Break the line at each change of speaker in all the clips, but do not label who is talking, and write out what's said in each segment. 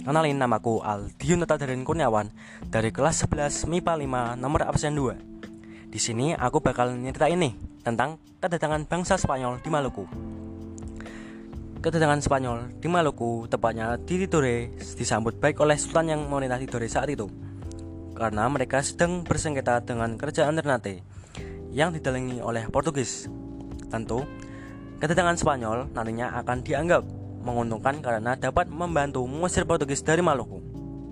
Kenalin, namaku Aldiun Natadarren Kurniawan dari kelas 11 MIPA 5 nomor absen 2. Di sini aku bakal nyeritain nih tentang kedatangan bangsa Spanyol di Maluku. Kedatangan Spanyol di Maluku, tepatnya di Tidore, disambut baik oleh Sultan yang memerintah Tidore saat itu, karena mereka sedang bersengketa dengan kerajaan Ternate yang didalangi oleh Portugis. Tentu, kedatangan Spanyol nantinya akan dianggap menguntungkan karena dapat membantu mengusir Portugis dari Maluku.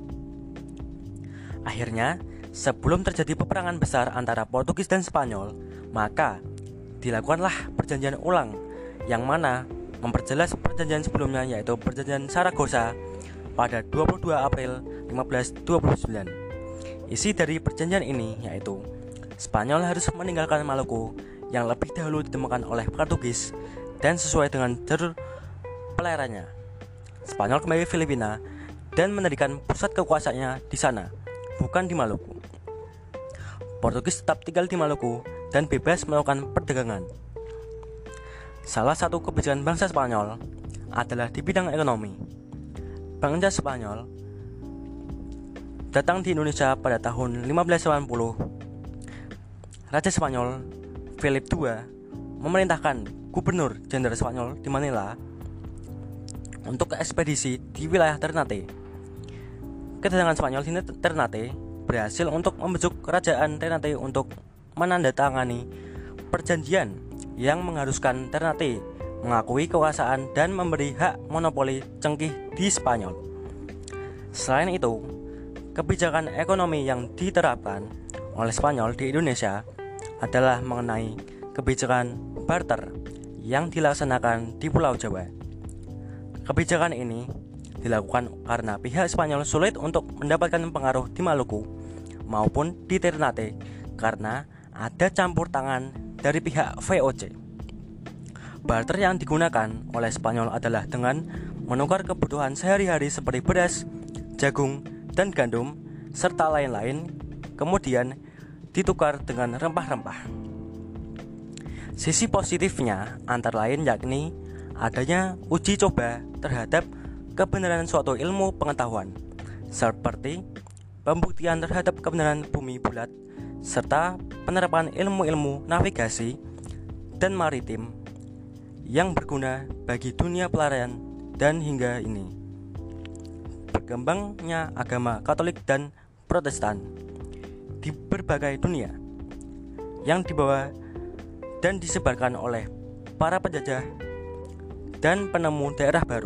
Akhirnya, sebelum terjadi peperangan besar antara Portugis dan Spanyol, maka dilakukanlah perjanjian ulang yang mana memperjelas perjanjian sebelumnya, yaitu perjanjian Saragossa pada 22 April 1529. Isi dari perjanjian ini yaitu Spanyol harus meninggalkan Maluku yang lebih dahulu ditemukan oleh Portugis dan sesuai dengan jalur pelayarannya. Spanyol kembali ke Filipina dan mendirikan pusat kekuasaannya di sana, bukan di Maluku. Portugis tetap tinggal di Maluku dan bebas melakukan perdagangan. Salah satu kebijakan bangsa Spanyol adalah di bidang ekonomi. Bangsa Spanyol datang di Indonesia pada tahun 1580. Raja Spanyol Philip II memerintahkan Gubernur Jenderal Spanyol di Manila untuk ekspedisi di wilayah Ternate. Kedatangan Spanyol di Ternate berhasil untuk membujuk kerajaan Ternate untuk menandatangani perjanjian yang mengharuskan Ternate mengakui kekuasaan dan memberi hak monopoli cengkih di Spanyol. Selain itu, kebijakan ekonomi yang diterapkan oleh Spanyol di Indonesia adalah mengenai kebijakan barter yang dilaksanakan di Pulau Jawa. Kebijakan ini dilakukan karena pihak Spanyol sulit untuk mendapatkan pengaruh di Maluku maupun di Ternate karena ada campur tangan dari pihak VOC. Barter yang digunakan oleh Spanyol adalah dengan menukar kebutuhan sehari-hari seperti beras, jagung, dan gandum, serta lain-lain, kemudian ditukar dengan rempah-rempah. Sisi positifnya antara lain yakni adanya uji coba terhadap kebenaran suatu ilmu pengetahuan, seperti pembuktian terhadap kebenaran bumi bulat, serta penerapan ilmu-ilmu navigasi dan maritim yang berguna bagi dunia pelarian. Dan hingga ini, berkembangnya agama Katolik dan Protestan di berbagai dunia yang dibawa dan disebarkan oleh para penjajah dan penemu daerah baru,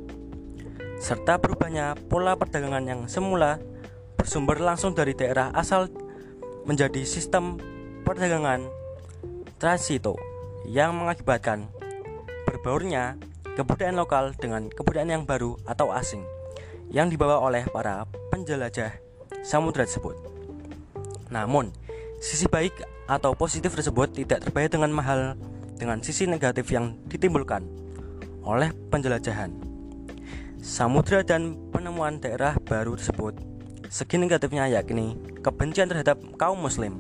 serta berubahnya pola perdagangan yang semula bersumber langsung dari daerah asal menjadi sistem perdagangan transito yang mengakibatkan berbaurnya kebudayaan lokal dengan kebudayaan yang baru atau asing yang dibawa oleh para penjelajah samudera tersebut. Namun, sisi baik atau positif tersebut tidak terbayar dengan sisi negatif yang ditimbulkan oleh penjelajahan samudera dan penemuan daerah baru tersebut. Segi negatifnya yakni kebencian terhadap kaum muslim,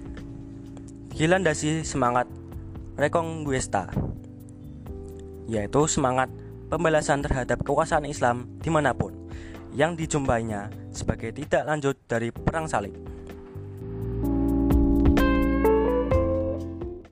dilandasi semangat reconquista, yaitu semangat pembalasan terhadap kekuasaan Islam dimanapun yang dijumpainya sebagai tidak lanjut dari perang salib.